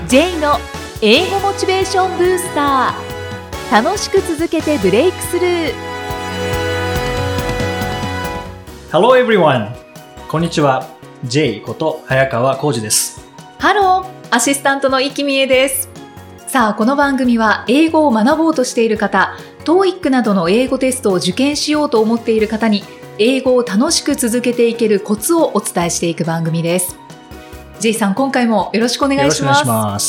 J の英語モチベーションブースター。楽しく続けてブレイクスルー。 Hello everyone! こんにちは。 J こと早川浩二です。 ハロー、アシスタントの生きみえです。さあ、この番組は英語を学ぼうとしている方、TOEIC などの英語テストを受験しようと思っている方に、英語を楽しく続けていけるコツをお伝えしていく番組です。J さん、今回もよろしくお願いします。 よろしくお願いします。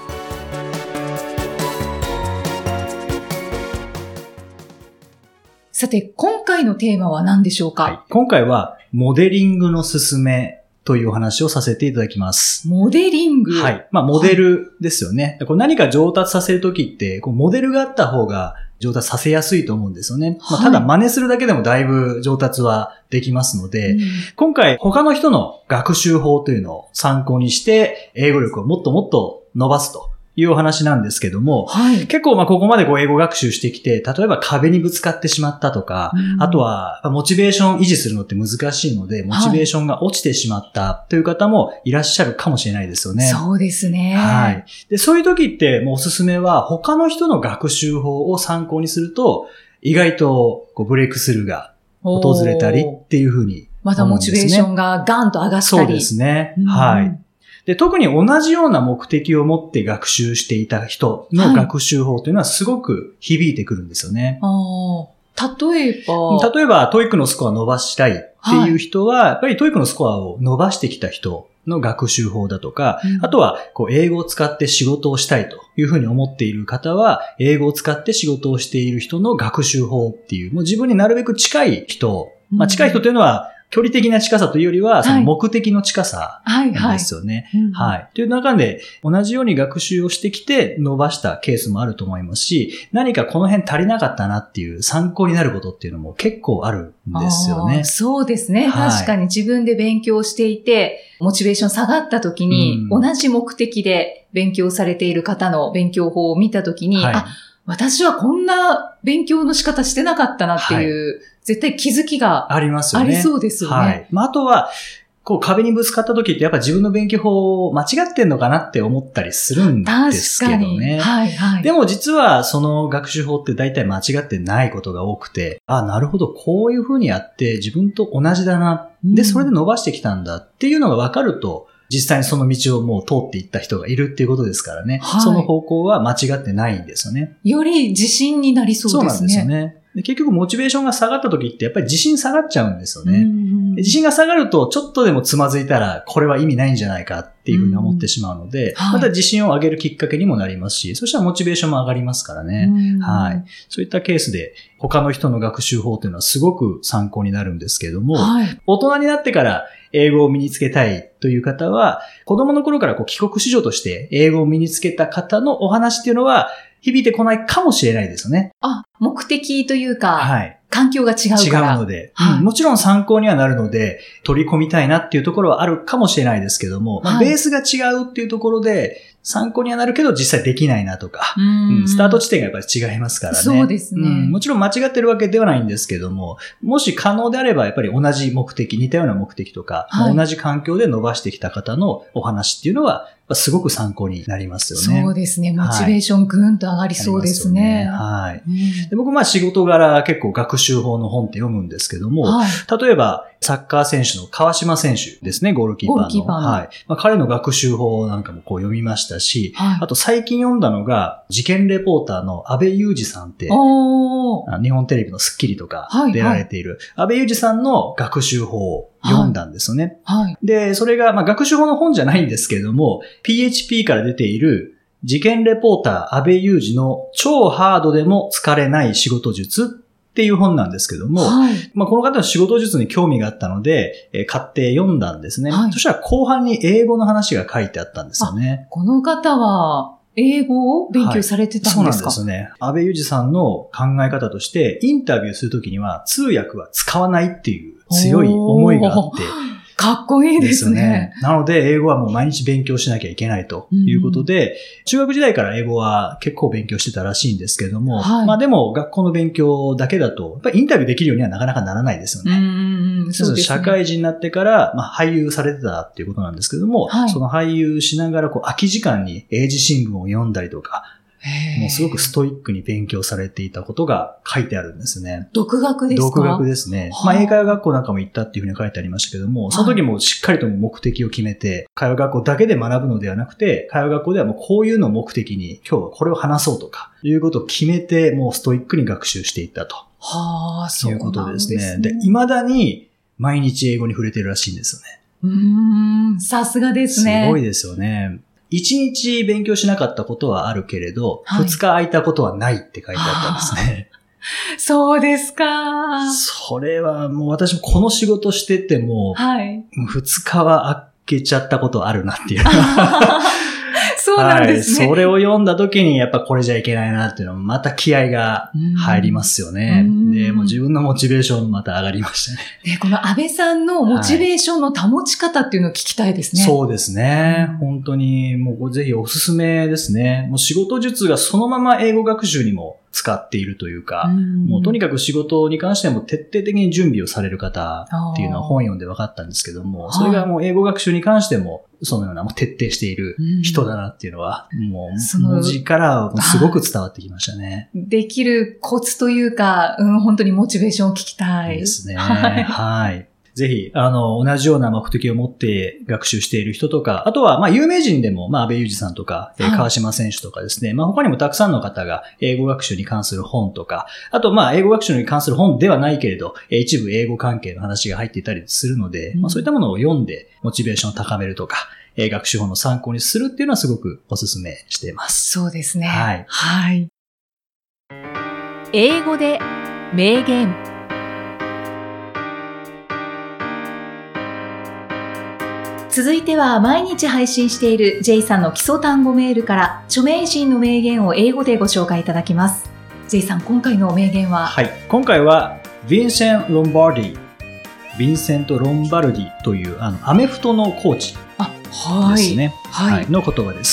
さて、今回のテーマは何でしょうか？ はい、今回はモデリングのすすめというお話をさせていただきます。 モデリング。 はい。モデルですよね。これ何か上達させるときって、モデルがあった方が上達させやすいと思うんですよね。ただ真似するだけでもだいぶ上達はできますので、今回他の人の学習法というのを参考にして、英語力をもっともっと伸ばすというお話なんですけども、結構ここまで英語学習してきて、例えば壁にぶつかってしまったとか、あとはモチベーション維持するのって難しいので、モチベーションが落ちてしまったという方もいらっしゃるかもしれないですよね。 そうですね。 はい。で、そういう時ってもうおすすめは他の人の学習法を参考にすると、意外とブレイクスルーが訪れたりっていうふうに思うんですね。 またモチベーションがガンと上がったり。 そうですね。はい。で、特に同じような目的を持って学習していた人の学習法というのはすごく響いてくるんですよね。 例えば、 TOEIC のスコアを伸ばしたいっていう人は、やっぱり TOEIC のスコアを伸ばしてきた人の学習法だとか、あとは、英語を使って仕事をしたいというふうに思っている方は、英語を使って仕事をしている人の学習法っていう、もう自分になるべく近い人、近い人というのは、距離的な近さというよりは、その目的の近さなんですよね。はい。という中で、同じように学習をしてきて伸ばしたケースもあると思いますし、何かこの辺足りなかったなっていう参考になることっていうのも結構あるんですよね。 そうですね。確かに自分で勉強していて、モチベーション下がった時に、同じ目的で勉強されている方の勉強法を見た時に、私はこんな勉強の仕方してなかったなっていう、絶対気づきがありますよね。ありそうですよね。はい。 あとは、壁にぶつかった時ってやっぱ自分の勉強法間違ってんのかなって思ったりするんですけどね。でも実はその学習法って大体間違ってないことが多くて、なるほど、こういう風にやって自分と同じだな。で、それで伸ばしてきたんだっていうのが分かると、実際にその道をもう通っていった人がいるっていうことですからね。その方向は間違ってないんですよね。 より自信になりそうですね。 そうなんですよね。で、結局モチベーションが下がった時ってやっぱり自信下がっちゃうんですよね。自信が下がるとちょっとでもつまずいたらこれは意味ないんじゃないかっていうふうに思ってしまうので、また自信を上げるきっかけにもなりますし、そしたらモチベーションも上がりますからね。はい。そういったケースで他の人の学習法というのはすごく参考になるんですけれども、大人になってから英語を身につけたいという方は、子供の頃から帰国子女として英語を身につけた方のお話っていうのは響いてこないかもしれないですよね。 目的というか、環境が違うから。 違うので、もちろん参考にはなるので、取り込みたいなっていうところはあるかもしれないですけども、ベースが違うっていうところで、参考にはなるけど実際できないなとか、スタート地点がやっぱり違いますからね。 そうですね。 もちろん間違ってるわけではないんですけども、もし可能であればやっぱり同じ目的、似たような目的とか、同じ環境で伸ばしてきた方のお話っていうのは、すごく参考になりますよね。 そうですね。モチベーションぐんと上がりそうですね。 はい。で僕仕事柄結構学習法の本って読むんですけども、例えばサッカー選手の川島選手ですね、ゴールキーパーの。彼の学習法なんかも読みましたし、あと最近読んだのが事件レポーターの安倍裕二さんって、日本テレビのスッキリとか出られている安倍裕二さんの学習法を読んだんですよね。で、それが学習法の本じゃないんですけれども、PHP から出ている事件レポーター安倍裕二の超ハードでも疲れない仕事術っていう本なんですけども、この方の仕事術に興味があったので、買って読んだんですね。そしたら後半に英語の話が書いてあったんですよね。 この方は英語を勉強されてたんですか？ そうなんですね。安倍裕二さんの考え方として、インタビューするときには通訳は使わないっていう強い思いがあって、 かっこいいですね。 なので、英語はもう毎日勉強しなきゃいけないということで、中学時代から英語は結構勉強してたらしいんですけども、まあでも学校の勉強だけだと、やっぱりインタビューできるようにはなかなかならないですよね。そうですね。社会人になってから、まあ俳優されてたっていうことなんですけども、その俳優しながら空き時間に英字新聞を読んだりとか、もうすごくストイックに勉強されていたことが書いてあるんですね。 独学ですか？ 独学ですね。まあ英会話学校なんかも行ったっていうふうに書いてありましたけども、その時もしっかりと目的を決めて、会話学校だけで学ぶのではなくて、会話学校ではもうこういうのを目的に今日はこれを話そうとか、いうことを決めて、もうストイックに学習していったと。 はあ、そういうことですね。で、未だに毎日英語に触れてるらしいんですよね。さすがですね。 すごいですよね。1日勉強しなかったことはあるけれど、2日空いたことはないって書いてあったんですね。 そうですか。 それはもう私もこの仕事してても、2日は空けちゃったことあるなっていう。 そうなんですね。 それを読んだ時にやっぱこれじゃいけないなっていうのはまた気合が入りますよね。で、もう自分のモチベーションまた上がりましたね。 で、この安倍さんのモチベーションの保ち方っていうのを聞きたいですね。 そうですね。本当にもうぜひおすすめですね。もう仕事術がそのまま英語学習にも使っているというか、もうとにかく仕事に関しても徹底的に準備をされる方っていうのは本読んで分かったんですけども、それがもう英語学習に関してもそのようなもう徹底している人だなっていうのは、もう文字からすごく伝わってきましたね。 できるコツというか、本当にモチベーションを聞きたい。 ですね。はい。ぜひ、同じような目的を持って学習している人とか、あとは、有名人でも、安倍裕二さんとか、川島選手とかですね、他にもたくさんの方が英語学習に関する本とか、あと、英語学習に関する本ではないけれど、一部英語関係の話が入っていたりするので、そういったものを読んで、モチベーションを高めるとか、学習法の参考にするっていうのはすごくお勧めしています。 そうですね。 はい。 はい。英語で名言。続いては毎日配信している J さんの基礎単語メールから著名人の名言を英語でご紹介いただきます。J さん、今回の名言は？ はい。今回はヴィンセント・ロンバルディというアメフトのコーチですね。はい。の言葉です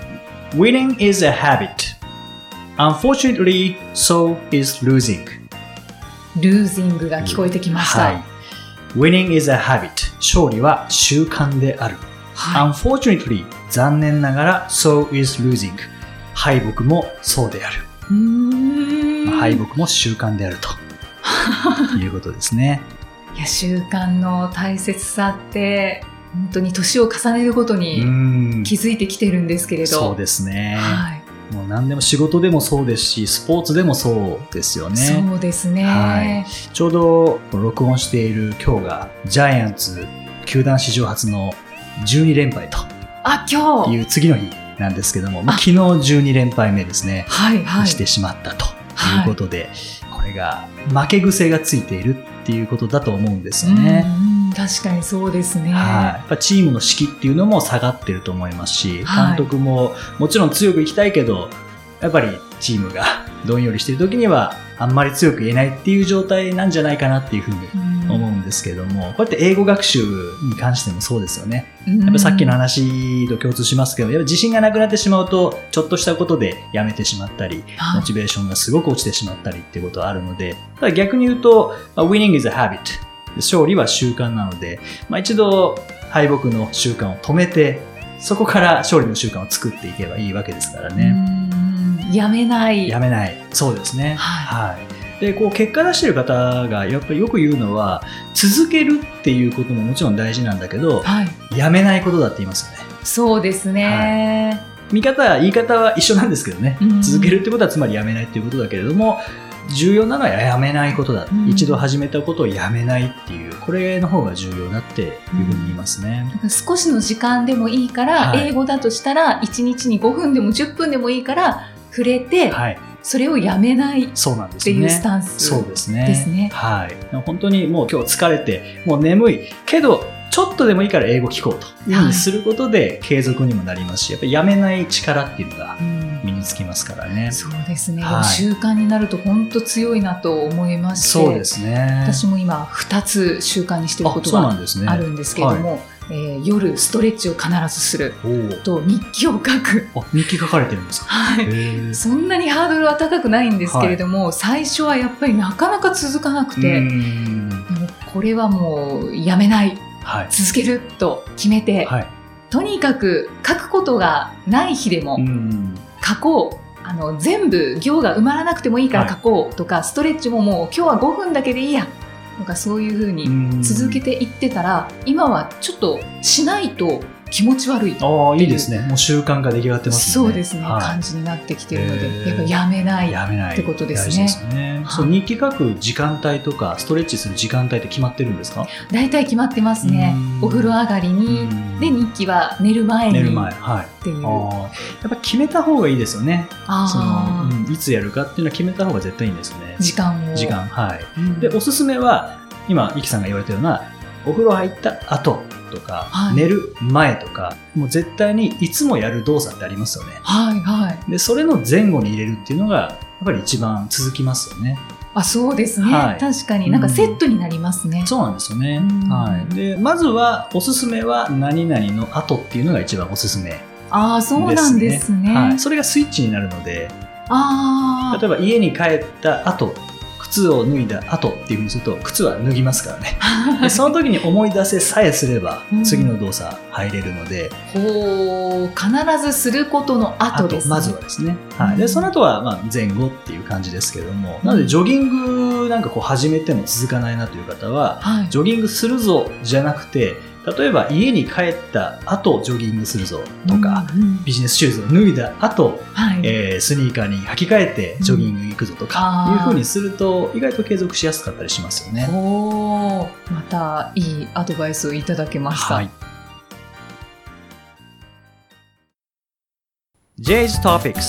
。Winning is a habit. Unfortunately, so is losing. ルージングが聞こえてきました。 はい。Winning is a habit. 勝利は習慣である。はい、Unfortunately, 残念ながら so is losing. 敗北もそうである。敗北も習慣であるということですね。 いや、習慣の大切さって本当に年を重ねるごとに気づいてきてるんですけれど。 そうですね。はい。もう何でも仕事でもそうですし、スポーツでもそうですよね。 そうですね。 はい。ちょうど録音している今日がジャイアンツ球団史上初の12連敗という次の日なんですけども、昨日12連敗目ですね。はいはい。してしまったということで、これが負け癖がついているっていうことだと思うんですよね。 確かにそうですね。 やっぱチームの士気っていうのも下がってると思いますし、監督ももちろん強くいきたいけど、やっぱりチームがどんよりしている時にはあんまり強く言えないっていう状態なんじゃないかなっていうふうに思うんですけども、こうやって英語学習に関してもそうですよね。やっぱさっきの話と共通しますけど、やっぱ自信がなくなってしまうとちょっとしたことでやめてしまったり、モチベーションがすごく落ちてしまったりっていうことはあるので、ただ逆に言うと Winning is a habit。勝利は習慣なので、一度敗北の習慣を止めて、そこから勝利の習慣を作っていけばいいわけですからね。 やめない。 そうですね。はい。で、結果出している方がやっぱりよく言うのは、続けるっていうことももちろん大事なんだけど、やめないことだって言いますよね。 そうですね。 言い方は一緒なんですけどね。続けるってことはつまりやめないっていうことだけれども、重要なのはやめないことだ。一度始めたことをやめないっていう、これの方が重要だっていうふうに言いますね。 少しの時間でもいいから、英語だとしたら1日に5分でも10分でもいいから触れて、それをやめないっていうスタンスですね。 そうですね。はい。本当にもう今日疲れて、もう眠いけど、ちょっとでもいいから英語聞こうというふうにすることで継続にもなりますし、やっぱりやめない力っていうのが身に身つきますからね。 そうですね。習慣になると本当強いなと思いまして。 そうですね。 私も今2つ習慣にしていることがあるんですけれども、夜ストレッチを必ずすると日記を書く。 日記書かれてるんですか？ はい。そんなにハードルは高くないんですけれども、最初はやっぱりなかなか続かなくて、でもこれはもうやめない、続けると決めて、とにかく書くことがない日でも書こう。全部行が埋まらなくてもいいから書こうとか、ストレッチももう今日は5分だけでいいやとか、そういう風に続けていってたら、今はちょっとしないと気持ち悪い。 いいですね。もう習慣が出来上がってますね。 そうですね。感じになってきているので、やっぱやめないってことですね。 大事ですね。日記書く時間帯とか、ストレッチする時間帯って決まってるんですか？ 大体決まってますね。お風呂上がりに、で、日記は寝る前に。っていう。やっぱ決めた方がいいですよね。いつやるかっていうのは決めた方が絶対いいんですよね。 時間。 はい。で、おすすめは、今、イキさんが言われたような、お風呂入った後とか、寝る前とか、もう絶対にいつもやる動作ってありますよね。で、それの前後に入れるっていうのが、やっぱり一番続きますよね。 そうですね。確かになんかセットになりますね。 そうなんですよね。で、まずは、おすすめは何々の後っていうのが一番おすすめですね。 そうなんですね。 それがスイッチになるので、例えば家に帰った後、靴を脱いだ後っていう風にすると、靴は脱ぎますからね。でその時に思い出せさえすれば、次の動作入れるので。 必ずすることの後ですね。 まずはですね。で、その後は前後っていう感じですけども、なのでジョギングなんか始めても続かないなという方は、ジョギングするぞじゃなくて、例えば家に帰った後ジョギングするぞとか、ビジネスシューズを脱いだ後、スニーカーに履き替えてジョギング行くぞとかいう風にすると意外と継続しやすかったりしますよね。 またいいアドバイスをいただけました。 J's Topics。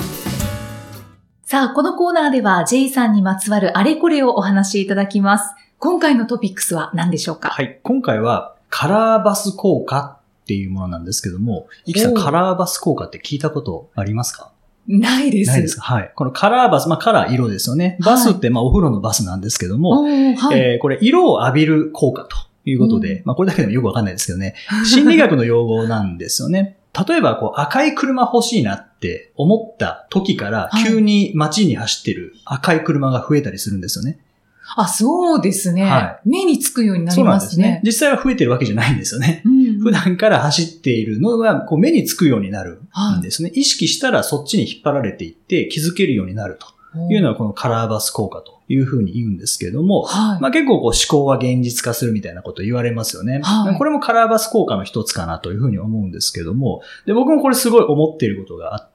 さあ、このコーナーでは J さんにまつわるあれこれをお話しいただきます。今回のトピックスは何でしょうか？ 今回はカラーバス効果っていうものなんですけども、イキさん、カラーバス効果って聞いたことありますか？ ないです。 ないですか？このカラーバス、カラー色ですよね。バスってお風呂のバスなんですけども、これ色を浴びる効果ということで、これだけでもよくわかんないですけどね、心理学の用語なんですよね。例えば赤い車欲しいなって思った時から急に街に走ってる赤い車が増えたりするんですよね。 そうですね。目につくようになりますね。そうなんですね。 実際は増えてるわけじゃないんですよね。普段から走っているのが目につくようになるんですね。意識したらそっちに引っ張られていって気づけるようになるというのはこのカラーバス効果というふうに言うんですけれども、結構思考は現実化するみたいなこと言われますよね。これもカラーバス効果の一つかなというふうに思うんですけども、で僕もこれすごい思っていることがあって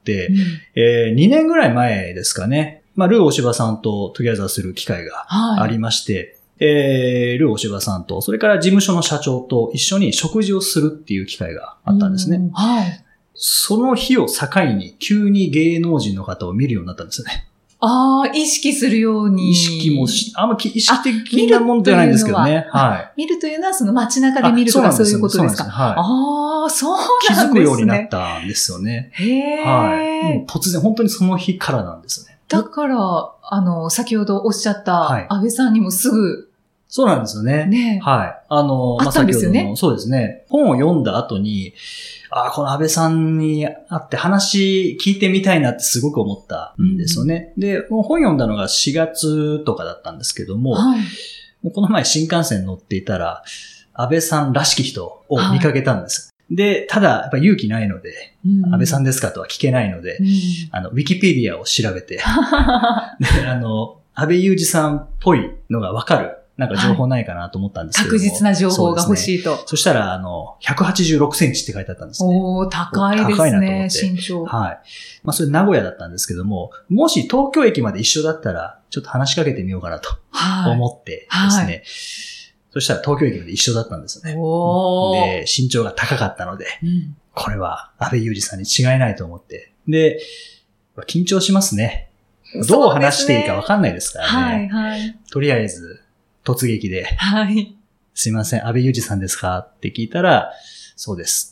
、2年ぐらい前ですかね。ルー大柴さんとトゥギャザーする機会がありまして、ルー大柴さんと、それから事務所の社長と一緒に食事をするっていう機会があったんですね。その日を境に急に芸能人の方を見るようになったんですよね。 意識するように。 意識もあんま意識的なもんじゃないんですけどね。 見るというのはその街中で見るとかそういうことですか？そうなんですね。 気づくようになったんですよね。もう突然本当にその日からなんですね。 だから、先ほどおっしゃった安倍さんにもすぐ。 そうなんですよね。 あったんですよね。 そうですね。本を読んだ後に、この安倍さんに会って話聞いてみたいなってすごく思ったんですよね。で、本読んだのが4月とかだったんですけども、この前新幹線乗っていたら、安倍さんらしき人を見かけたんです。で、ただ、やっぱ勇気ないので、安倍さんですかとは聞けないので、ウィキペディアを調べて、で、安倍裕二さんっぽいのがわかる、なんか情報ないかなと思ったんですけども、 確実な情報が欲しいと。 そしたら、186センチって書いてあったんですね。 高いですね、身長。 それ名古屋だったんですけども、もし東京駅まで一緒だったら、ちょっと話しかけてみようかなと思ってですね、そしたら東京駅まで一緒だったんですね。で、身長が高かったので、これは安倍裕二さんに違いないと思って。で、緊張しますね。どう話していいか分かんないですからね。とりあえず、突撃で、すいません、安倍裕二さんですかって聞いたら、そうです。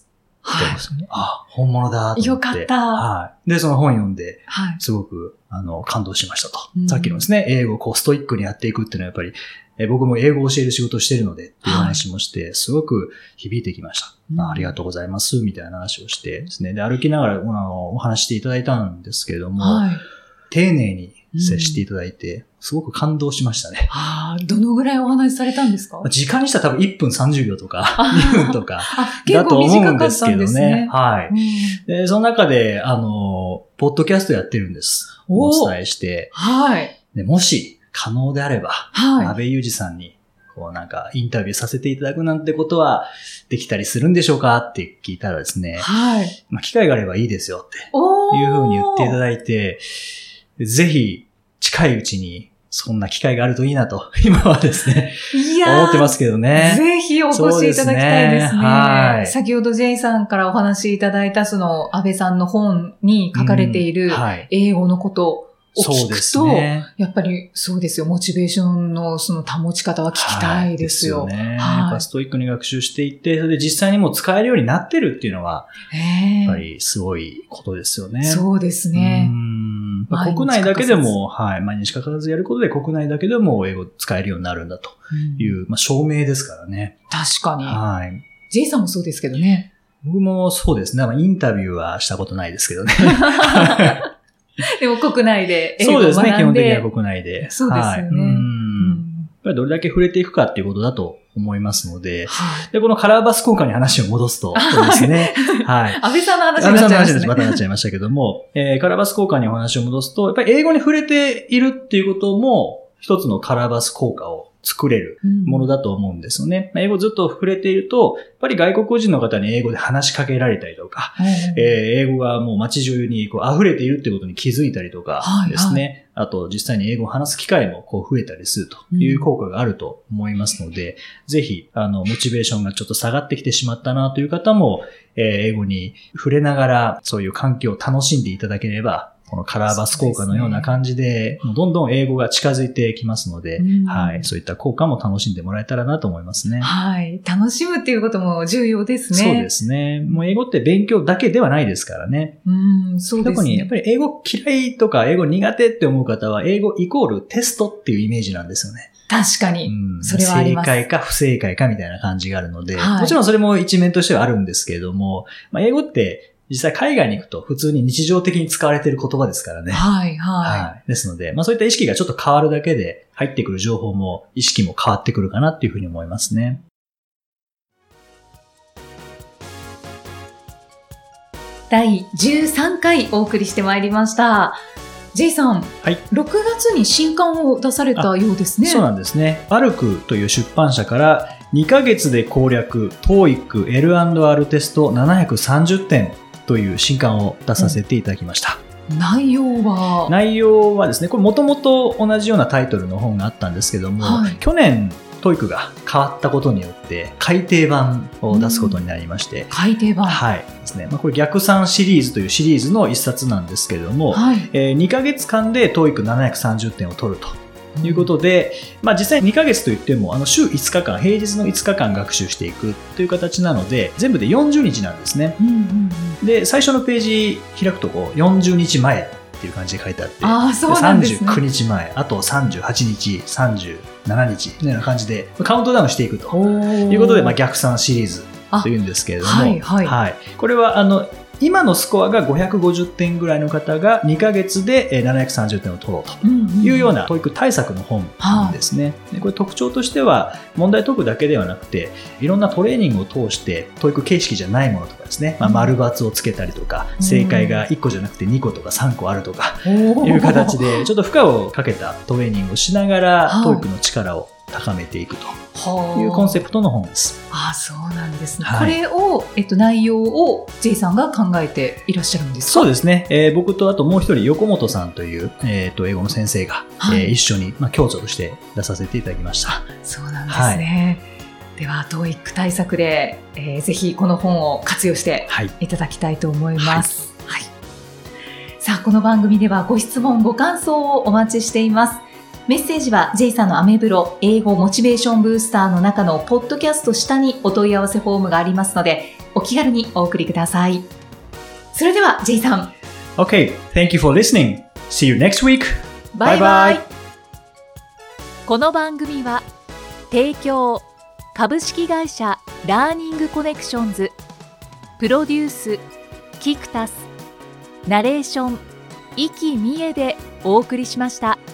はい、本物だと思って。 よかった。 はい。で、その本読んで、すごく、感動しましたと。さっきのですね、英語をこうストイックにやっていくっていうのはやっぱり、僕も英語を教える仕事をしているのでっていう話もして、すごく響いてきました。ありがとうございます、みたいな話をしてですね。で、歩きながらお話していただいたんですけれども、丁寧に接していただいて、すごく感動しましたね。 どのぐらいお話しされたんですか？ 時間にしたら多分1分30秒とか、2分とか、だと思うんですけどね。はい。で、その中で、ポッドキャストやってるんです。お伝えして。はい。で、もし、可能であれば、安倍裕二さんに、こうなんか、インタビューさせていただくなんてことは、できたりするんでしょうかって聞いたらですね。はい。機会があればいいですよっていうふうに言っていただいて、ぜひ、近いうちに、そんな機会があるといいなと、今はですね、思ってますけどね。 ぜひお越しいただきたいですね。はい。先ほど J さんからお話しいただいた、その安倍さんの本に書かれている英語のことを聞くと、やっぱりそうですよ、モチベーションのその保ち方は聞きたいですよ。 ですよね。やっぱストイックに学習していって、それで実際にもう使えるようになってるっていうのは、やっぱりすごいことですよね。 そうですね。 国内だけでも、毎日欠かさずやることで国内だけでも英語使えるようになるんだという、証明ですからね。 確かに。はい。J さんもそうですけどね。 僕もそうですね。インタビューはしたことないですけどね。 でも国内で英語を学んで。 そうですね。基本的には国内で。 そうですよね。 やっぱりどれだけ触れていくかっていうことだと思いますので、で、このカラーバス効果に話を戻すと、そうですね。はい。 安倍さんの話になっちゃいましたね。安倍さんの話にまたなっちゃいましたけども、カラーバス効果にお話を戻すと、やっぱり英語に触れているっていうことも、一つのカラーバス効果を作れるものだと思うんですよね。英語ずっと触れていると、やっぱり外国人の方に英語で話しかけられたりとか、英語がもう街中にこう溢れているっていうことに気づいたりとかですね。あと実際に英語を話す機会もこう増えたりするという効果があると思いますので、ぜひモチベーションがちょっと下がってきてしまったなという方も、英語に触れながらそういう環境を楽しんでいただければ、このカラーバス効果のような感じで、もうどんどん英語が近づいてきますので、はい、そういった効果も楽しんでもらえたらなと思いますね。 はい、楽しむっていうことも重要ですね。 そうですね。もう英語って勉強だけではないですからね。 そうですね。 特にやっぱり英語嫌いとか英語苦手って思う方は、英語イコールテストっていうイメージなんですよね。 確かに。それはあります。 正解か不正解かみたいな感じがあるので、もちろんそれも一面としてはあるんですけれども、英語って実際海外に行くと普通に日常的に使われている言葉ですからね。はいはい。ですので、そういった意識がちょっと変わるだけで入ってくる情報も意識も変わってくるかなっていうふうに思いますね。 第13回お送りしてまいりました。J さん、はい、6月に新刊を出されたようですね。 そうなんですね。アルクという出版社から2ヶ月で攻略 TOEIC L&R テスト730点という新刊を出させていただきました。 内容はですね、これもともと同じようなタイトルの本があったんですけども、去年TOEICが変わったことによって改訂版を出すことになりまして、 改訂版、 はいですね。これ逆算シリーズというシリーズの一冊なんですけれども、2ヶ月間でTOEIC730点を取るということで、実際2ヶ月といっても週5日間、平日の5日間学習していくという形なので、全部で40日なんですね。で、最初のページ開くと40日前っていう感じで書いてあって、 そうなんですね。 39日前、あと38日、37日みたいな感じでカウントダウンしていくということで、逆算シリーズというんですけれども、これは今のスコアが550点ぐらいの方が2ヶ月で730点を取ろうというような TOEIC 対策の本なんですね。でこれ特徴としては問題解くだけではなくて、いろんなトレーニングを通して TOEIC 形式じゃないものとかですね、丸×をつけたりとか、正解が1個じゃなくて2個とか3個あるとかいう形でちょっと負荷をかけたトレーニングをしながら TOEIC の力を高めていくというコンセプトの本です。 そうなんですね。これを、内容を J さんが考えていらっしゃるんですか？ そうですね。僕とあともう一人横本さんという、英語の先生が、一緒に、共著として出させていただきました。 そうなんですね。では TOEIC 対策で、ぜひこの本を活用していただきたいと思います。さあ、この番組ではご質問ご感想をお待ちしています。 メッセージは J さんのアメブロ英語モチベーションブースターの中のポッドキャスト下にお問い合わせフォームがありますので、お気軽にお送りください。それでは J さん。 Okay, thank you for listening. See you next week. バイバイ。 この番組は提供株式会社ラーニングコネクションズ、プロデュースキクタス、ナレーション生きみえでお送りしました。